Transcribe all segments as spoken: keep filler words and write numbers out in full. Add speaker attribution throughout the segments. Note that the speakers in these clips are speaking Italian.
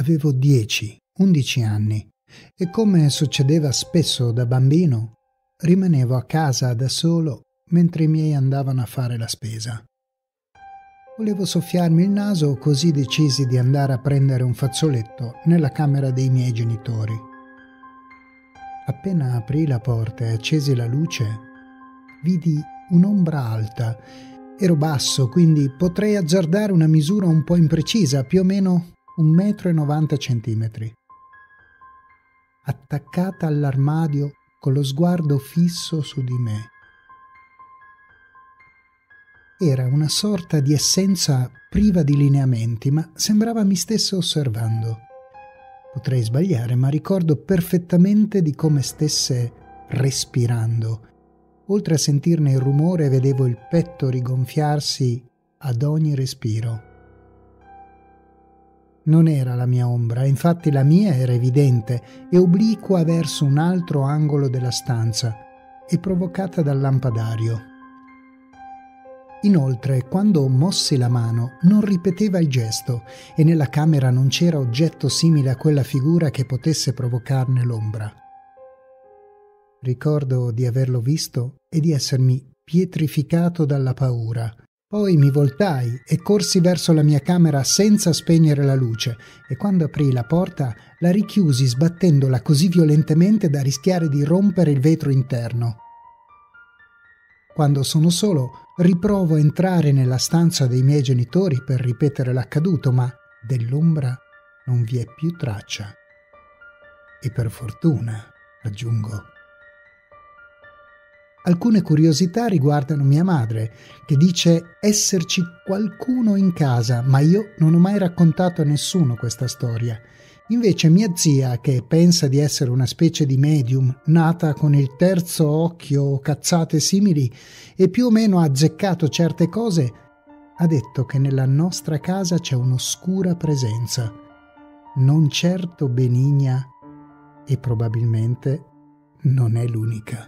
Speaker 1: Avevo dieci, undici anni e, come succedeva spesso da bambino, rimanevo a casa da solo mentre i miei andavano a fare la spesa. Volevo soffiarmi il naso, così decisi di andare a prendere un fazzoletto nella camera dei miei genitori. Appena aprì la porta e accesi la luce, vidi un'ombra alta. Ero basso, quindi potrei azzardare una misura un po' imprecisa, più o meno un metro e novanta centimetri. Attaccata all'armadio con lo sguardo fisso su di me. Era una sorta di essenza priva di lineamenti, ma sembrava mi stesse osservando. Potrei sbagliare, ma ricordo perfettamente di come stesse respirando. Oltre a sentirne il rumore, vedevo il petto rigonfiarsi ad ogni respiro. Non era la mia ombra, infatti la mia era evidente e obliqua verso un altro angolo della stanza e provocata dal lampadario. Inoltre, quando mossi la mano, non ripeteva il gesto e nella camera non c'era oggetto simile a quella figura che potesse provocarne l'ombra. Ricordo di averlo visto e di essermi pietrificato dalla paura. Poi mi voltai e corsi verso la mia camera senza spegnere la luce e quando aprii la porta la richiusi sbattendola così violentemente da rischiare di rompere il vetro interno. Quando sono solo, riprovo a entrare nella stanza dei miei genitori per ripetere l'accaduto, ma dell'ombra non vi è più traccia. E per fortuna, aggiungo. Alcune curiosità riguardano mia madre, che dice esserci qualcuno in casa, ma io non ho mai raccontato a nessuno questa storia. Invece mia zia, che pensa di essere una specie di medium, nata con il terzo occhio o cazzate simili e più o meno ha azzeccato certe cose, ha detto che nella nostra casa c'è un'oscura presenza, non certo benigna e probabilmente non è l'unica.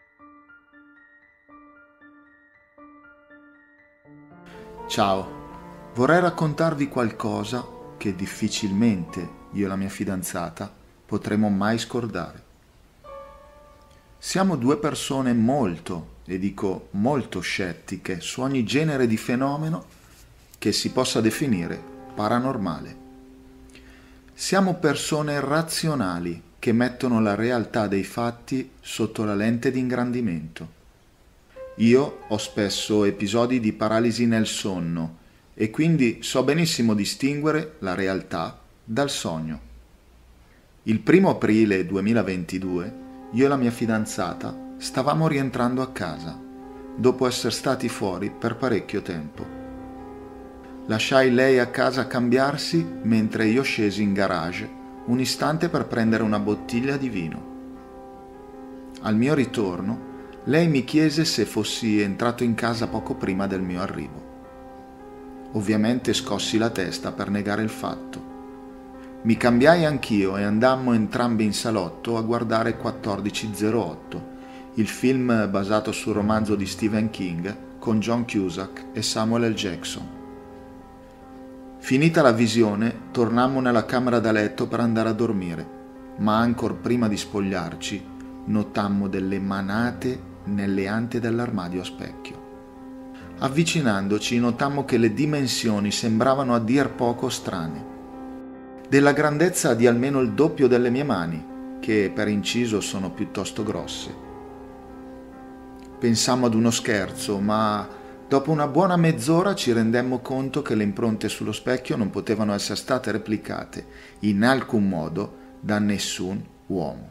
Speaker 2: Ciao, vorrei raccontarvi qualcosa che difficilmente io e la mia fidanzata potremo mai scordare. Siamo due persone molto, e dico molto scettiche su ogni genere di fenomeno che si possa definire paranormale. Siamo persone razionali che mettono la realtà dei fatti sotto la lente di ingrandimento. Io ho spesso episodi di paralisi nel sonno e quindi so benissimo distinguere la realtà dal sogno. Il primo aprile duemilaventidue io e la mia fidanzata stavamo rientrando a casa dopo essere stati fuori per parecchio tempo. Lasciai lei a casa a cambiarsi mentre io scesi in garage un istante per prendere una bottiglia di vino. Al mio ritorno lei mi chiese se fossi entrato in casa poco prima del mio arrivo. Ovviamente scossi la testa per negare il fatto. Mi cambiai anch'io e andammo entrambi in salotto a guardare quattordici zero otto, il film basato sul romanzo di Stephen King con John Cusack e Samuel L. Jackson. Finita la visione, tornammo nella camera da letto per andare a dormire, ma ancor prima di spogliarci notammo delle manate nelle ante dell'armadio a specchio. Avvicinandoci notammo che le dimensioni sembravano a dir poco strane, della grandezza di almeno il doppio delle mie mani, che per inciso sono piuttosto grosse. Pensammo ad uno scherzo, ma dopo una buona mezz'ora ci rendemmo conto che le impronte sullo specchio non potevano essere state replicate in alcun modo da nessun uomo.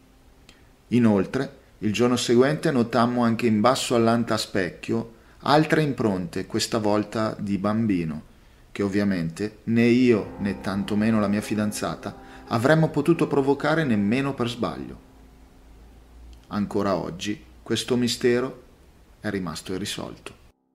Speaker 2: Inoltre, il giorno seguente notammo anche in basso all'antaspecchio altre impronte, questa volta di bambino, che ovviamente né io né tantomeno la mia fidanzata avremmo potuto provocare nemmeno per sbaglio. Ancora oggi questo mistero è rimasto irrisolto.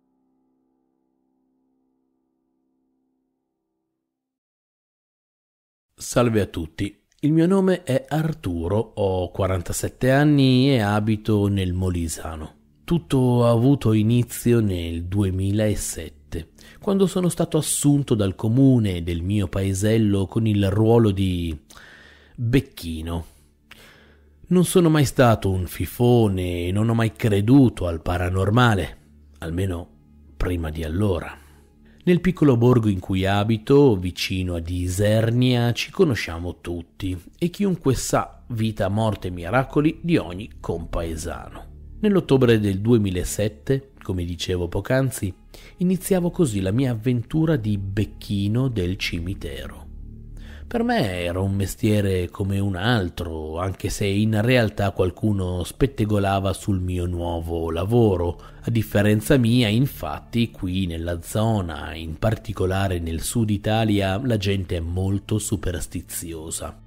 Speaker 3: Salve a tutti. Il mio nome è Arturo, ho quarantasette anni e abito nel Molisano. Tutto ha avuto inizio nel duemilasette. duemilasette, quando sono stato assunto dal comune del mio paesello con il ruolo di becchino. Non sono mai stato un fifone e non ho mai creduto al paranormale, almeno prima di allora. Nel piccolo borgo in cui abito, vicino ad Isernia, ci conosciamo tutti e chiunque sa vita, morte e miracoli di ogni compaesano. Nell'ottobre del duemilasette, come dicevo poc'anzi, iniziavo così la mia avventura di becchino del cimitero. Per me era un mestiere come un altro, anche se in realtà qualcuno spettegolava sul mio nuovo lavoro. A differenza mia, infatti, qui nella zona, in particolare nel sud Italia, la gente è molto superstiziosa.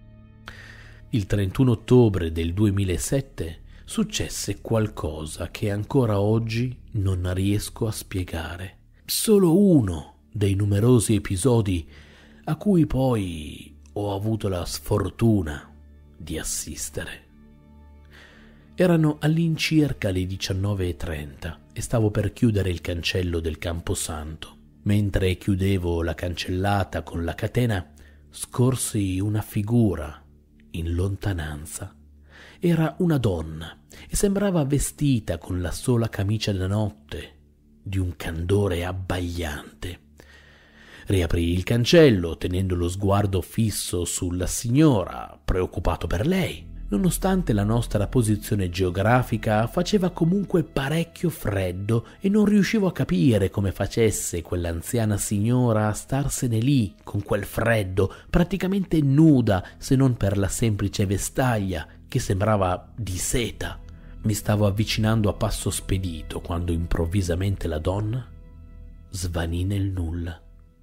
Speaker 3: Il trentuno ottobre del duemilasette successe qualcosa che ancora oggi non riesco a spiegare. Solo uno dei numerosi episodi a cui poi ho avuto la sfortuna di assistere. Erano all'incirca le diciannove e trenta e stavo per chiudere il cancello del Camposanto. Mentre chiudevo la cancellata con la catena, scorsi una figura in lontananza. Era una donna e sembrava vestita con la sola camicia da notte, di un candore abbagliante. Riaprì il cancello, tenendo lo sguardo fisso sulla signora, preoccupato per lei. Nonostante la nostra posizione geografica, faceva comunque parecchio freddo e non riuscivo a capire come facesse quell'anziana signora a starsene lì, con quel freddo, praticamente nuda, se non per la semplice vestaglia, che sembrava di seta. Mi stavo avvicinando a passo spedito, quando improvvisamente la donna svanì nel nulla.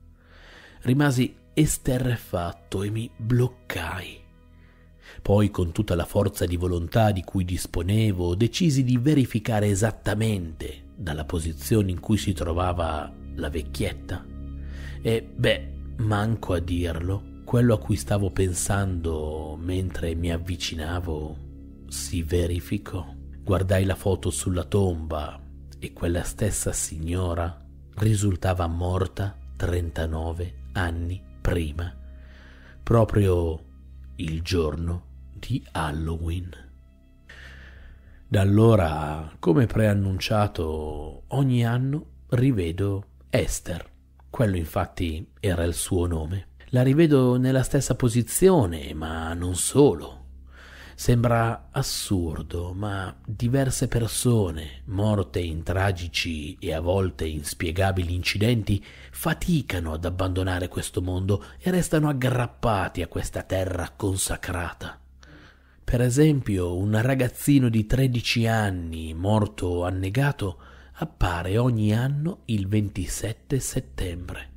Speaker 3: Rimasi esterrefatto e mi bloccai. Poi, con tutta la forza di volontà di cui disponevo, decisi di verificare esattamente dalla posizione in cui si trovava la vecchietta. E, beh, manco a dirlo, quello a cui stavo pensando mentre mi avvicinavo si verificò. Guardai la foto sulla tomba e quella stessa signora risultava morta trentanove anni prima, proprio il giorno di Halloween. Da allora, come preannunciato, ogni anno rivedo Esther. Quello infatti era il suo nome. La rivedo nella stessa posizione, ma non solo. Sembra assurdo, ma diverse persone, morte in tragici e a volte inspiegabili incidenti, faticano ad abbandonare questo mondo e restano aggrappati a questa terra consacrata. Per esempio, un ragazzino di tredici anni, morto annegato, appare ogni anno il ventisette settembre.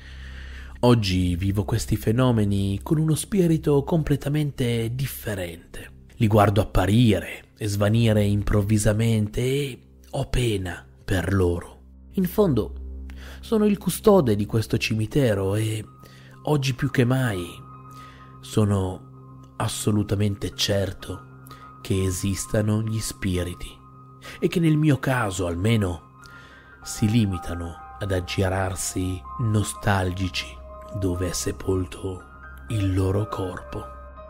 Speaker 3: Oggi vivo questi fenomeni con uno spirito completamente differente. Li guardo apparire e svanire improvvisamente e ho pena per loro. In fondo, sono il custode di questo cimitero e oggi più che mai sono assolutamente certo che esistano gli spiriti e che nel mio caso almeno si limitano ad aggirarsi nostalgici dove è sepolto il loro corpo.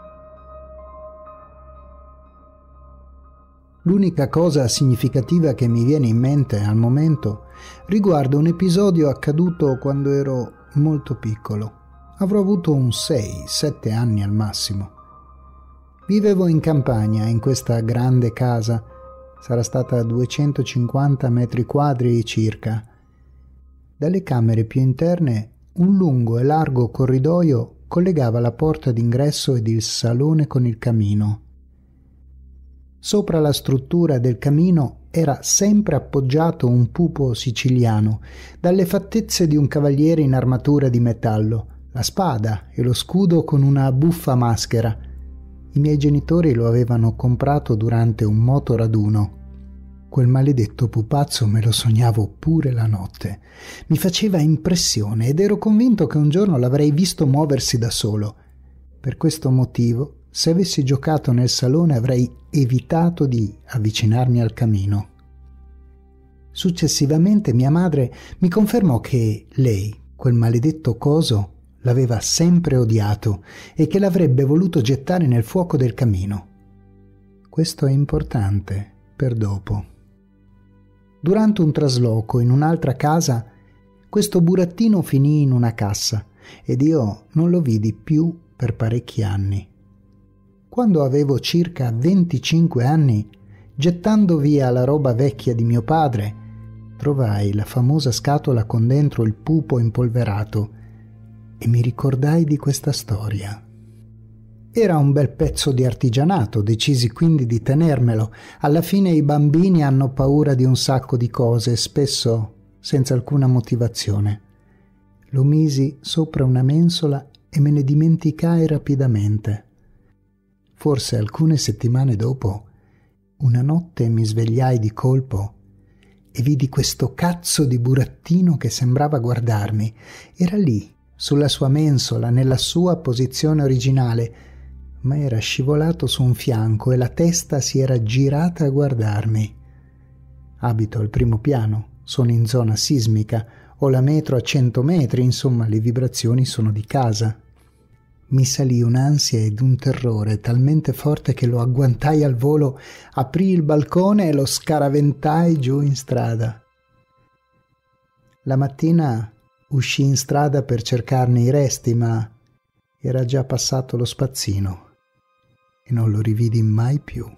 Speaker 1: L'unica cosa significativa che mi viene in mente al momento riguarda un episodio accaduto quando ero molto piccolo. Avrò avuto un sei sette anni al massimo. Vivevo in campagna in questa grande casa, sarà stata duecentocinquanta metri quadri circa. Dalle camere più interne un lungo e largo corridoio collegava la porta d'ingresso ed il salone con il camino. Sopra la struttura del camino era sempre appoggiato un pupo siciliano, dalle fattezze di un cavaliere in armatura di metallo, la spada e lo scudo con una buffa maschera. I miei genitori lo avevano comprato durante un motoraduno. Quel maledetto pupazzo me lo sognavo pure la notte. Mi faceva impressione ed ero convinto che un giorno l'avrei visto muoversi da solo. Per questo motivo, se avessi giocato nel salone avrei evitato di avvicinarmi al camino. Successivamente mia madre mi confermò che lei, quel maledetto coso, l'aveva sempre odiato e che l'avrebbe voluto gettare nel fuoco del camino. Questo è importante per dopo. Durante un trasloco in un'altra casa, questo burattino finì in una cassa ed io non lo vidi più per parecchi anni. Quando avevo circa venticinque anni, gettando via la roba vecchia di mio padre, trovai la famosa scatola con dentro il pupo impolverato e mi ricordai di questa storia. Era un bel pezzo di artigianato, decisi quindi di tenermelo. Alla fine i bambini hanno paura di un sacco di cose, spesso senza alcuna motivazione. Lo misi sopra una mensola e me ne dimenticai rapidamente. Forse alcune settimane dopo, una notte mi svegliai di colpo e vidi questo cazzo di burattino che sembrava guardarmi. Era lì, sulla sua mensola, nella sua posizione originale, ma era scivolato su un fianco e la testa si era girata a guardarmi. Abito al primo piano, sono in zona sismica, ho la metro a cento metri, insomma le vibrazioni sono di casa. Mi salì un'ansia ed un terrore talmente forte che lo agguantai al volo, aprì il balcone e lo scaraventai giù in strada. La mattina uscì in strada per cercarne i resti, ma era già passato lo spazzino e non lo rividi mai più.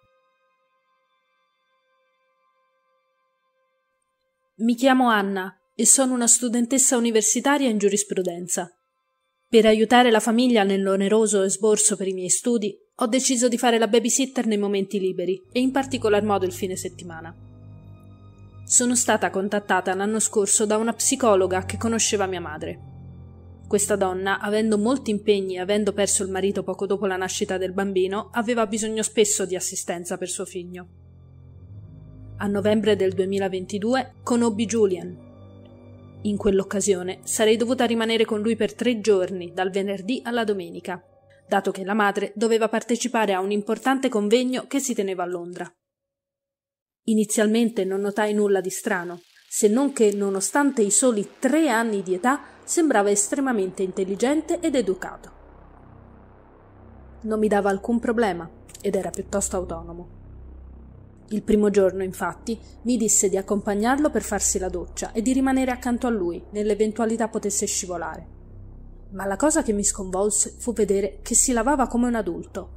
Speaker 4: Mi chiamo Anna e sono una studentessa universitaria in giurisprudenza. Per aiutare la famiglia nell'oneroso esborso per i miei studi, ho deciso di fare la babysitter nei momenti liberi e in particolar modo il fine settimana. Sono stata contattata l'anno scorso da una psicologa che conosceva mia madre. Questa donna, avendo molti impegni e avendo perso il marito poco dopo la nascita del bambino, aveva bisogno spesso di assistenza per suo figlio. A novembre del duemilaventidue conobbi Julian. In quell'occasione sarei dovuta rimanere con lui per tre giorni, dal venerdì alla domenica, dato che la madre doveva partecipare a un importante convegno che si teneva a Londra. Inizialmente non notai nulla di strano, se non che, nonostante i soli tre anni di età, sembrava estremamente intelligente ed educato. Non mi dava alcun problema ed era piuttosto autonomo. Il primo giorno, infatti, mi disse di accompagnarlo per farsi la doccia e di rimanere accanto a lui nell'eventualità potesse scivolare. Ma la cosa che mi sconvolse fu vedere che si lavava come un adulto.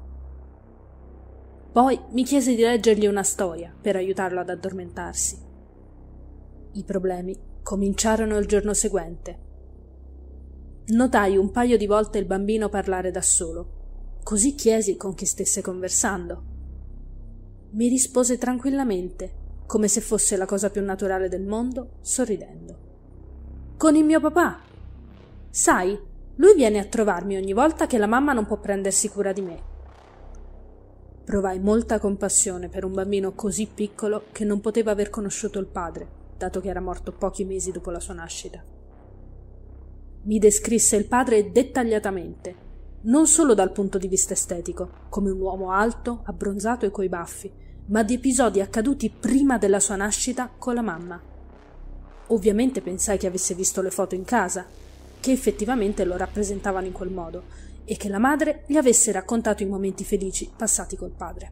Speaker 4: Poi mi chiese di leggergli una storia per aiutarlo ad addormentarsi. I problemi cominciarono il giorno seguente. Notai un paio di volte il bambino parlare da solo, così chiesi con chi stesse conversando. Mi rispose tranquillamente, come se fosse la cosa più naturale del mondo, sorridendo. Con il mio papà. Sai, lui viene a trovarmi ogni volta che la mamma non può prendersi cura di me. Provai molta compassione per un bambino così piccolo che non poteva aver conosciuto il padre, dato che era morto pochi mesi dopo la sua nascita. Mi descrisse il padre dettagliatamente, non solo dal punto di vista estetico, come un uomo alto, abbronzato e coi baffi, ma di episodi accaduti prima della sua nascita con la mamma. Ovviamente pensai che avesse visto le foto in casa, che effettivamente lo rappresentavano in quel modo, e che la madre gli avesse raccontato i momenti felici passati col padre.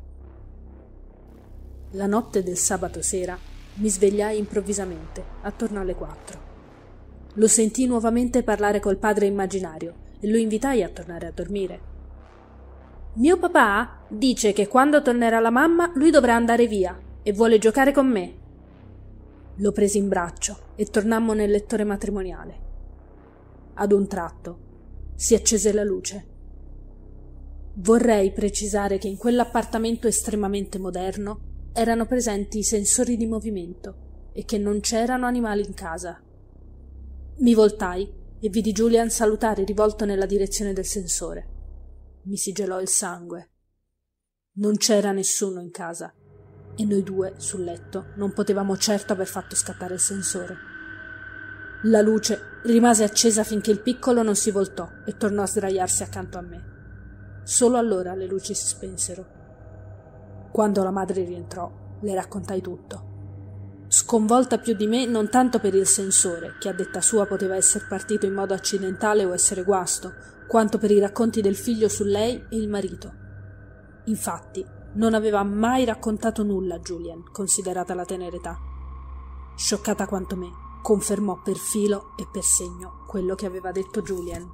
Speaker 4: La notte del sabato sera mi svegliai improvvisamente, attorno alle quattro. Lo sentii nuovamente parlare col padre immaginario e lo invitai a tornare a dormire. Mio papà dice che quando tornerà la mamma lui dovrà andare via e vuole giocare con me. Lo presi in braccio e tornammo nel lettore matrimoniale. Ad un tratto si accese la luce. Vorrei precisare che in quell'appartamento estremamente moderno erano presenti i sensori di movimento e che non c'erano animali in casa. Mi voltai e vidi Julian salutare rivolto nella direzione del sensore. Mi si gelò il sangue. Non c'era nessuno in casa e noi due sul letto non potevamo certo aver fatto scattare il sensore. La luce rimase accesa finché il piccolo non si voltò e tornò a sdraiarsi accanto a me. Solo allora le luci si spensero. Quando la madre rientrò, le raccontai tutto. sconvolta più di me non tanto per il sensore, che a detta sua poteva essere partito in modo accidentale o essere guasto, quanto per i racconti del figlio su lei e il marito. Infatti, non aveva mai raccontato nulla a Julien, considerata la tenera età. Scioccata quanto me, confermò per filo e per segno quello che aveva detto Julien.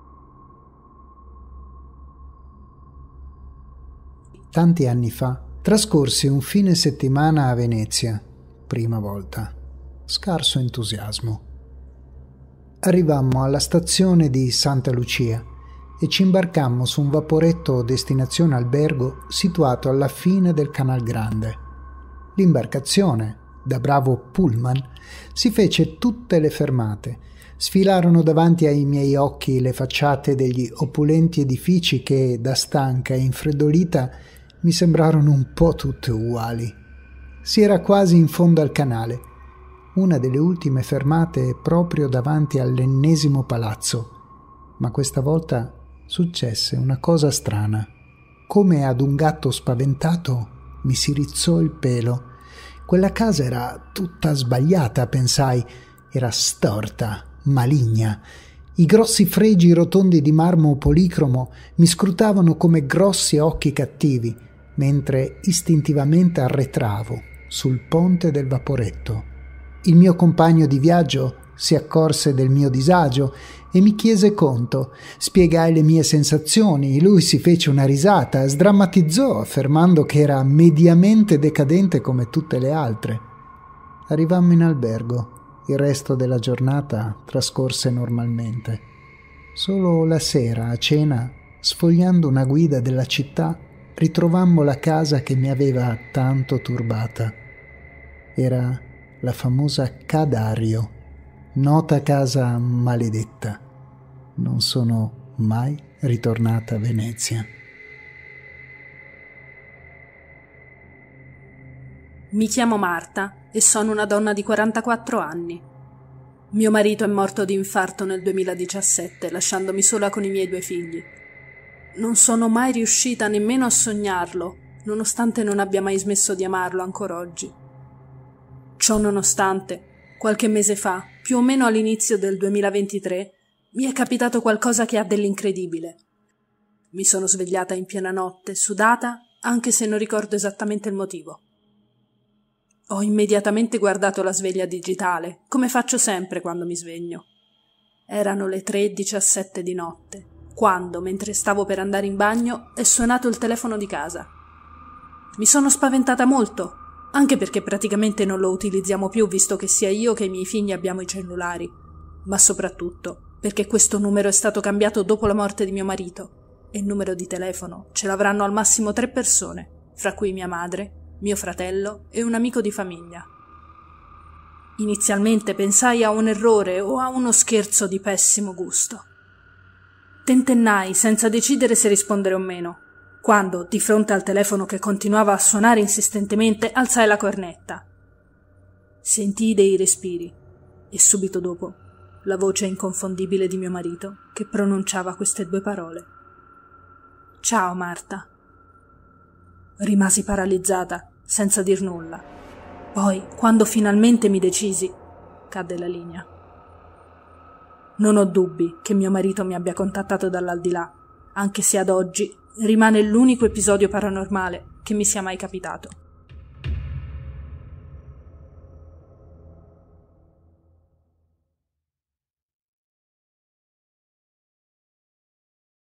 Speaker 1: Tanti anni fa trascorsi un fine settimana a Venezia, prima volta. Scarso entusiasmo. Arrivammo alla stazione di Santa Lucia e ci imbarcammo su un vaporetto destinazione albergo situato alla fine del Canal Grande. L'imbarcazione, da bravo pullman, si fece tutte le fermate. Sfilarono davanti ai miei occhi le facciate degli opulenti edifici che, da stanca e infreddolita, mi sembrarono un po' tutte uguali. Si era quasi in fondo al canale. Una delle ultime fermate proprio davanti all'ennesimo palazzo. Ma questa volta successe una cosa strana. Come ad un gatto spaventato mi si rizzò il pelo. Quella casa era tutta sbagliata, pensai. Era storta, maligna. I grossi fregi rotondi di marmo policromo mi scrutavano come grossi occhi cattivi, mentre istintivamente arretravo sul ponte del vaporetto. Il mio compagno di viaggio si accorse del mio disagio e mi chiese conto. Spiegai le mie sensazioni. Lui si fece una risata, sdrammatizzò affermando che era mediamente decadente come tutte le altre. Arrivammo in albergo. Il resto della giornata trascorse normalmente. Solo la sera, a cena, sfogliando una guida della città, ritrovammo la casa che mi aveva tanto turbata. Era la famosa Ca d'Ario, nota casa maledetta. Non sono mai ritornata a Venezia.
Speaker 4: Mi chiamo Marta e sono una donna di quarantaquattro anni. Mio marito è morto di infarto nel duemiladiciassette, lasciandomi sola con i miei due figli. Non sono mai riuscita nemmeno a sognarlo, nonostante non abbia mai smesso di amarlo ancora oggi. Ciò nonostante, qualche mese fa, più o meno all'inizio del duemilaventitré, mi è capitato qualcosa che ha dell'incredibile. Mi sono svegliata in piena notte, sudata, anche se non ricordo esattamente il motivo. Ho immediatamente guardato la sveglia digitale, come faccio sempre quando mi sveglio. Erano le tre e diciassette di notte, quando, mentre stavo per andare in bagno, è suonato il telefono di casa. Mi sono spaventata molto, anche perché praticamente non lo utilizziamo più, visto che sia io che i miei figli abbiamo i cellulari, ma soprattutto perché questo numero è stato cambiato dopo la morte di mio marito e il numero di telefono ce l'avranno al massimo tre persone, fra cui mia madre, mio fratello e un amico di famiglia. Inizialmente pensai a un errore o a uno scherzo di pessimo gusto. Tentennai senza decidere se rispondere o meno, quando, di fronte al telefono che continuava a suonare insistentemente, alzai la cornetta. Sentii dei respiri e subito dopo la voce inconfondibile di mio marito che pronunciava queste due parole. «Ciao, Marta». Rimasi paralizzata, senza dir nulla. Poi, quando finalmente mi decisi, cadde la linea. Non ho dubbi che mio marito mi abbia contattato dall'aldilà, anche se ad oggi rimane l'unico episodio paranormale che mi sia mai capitato.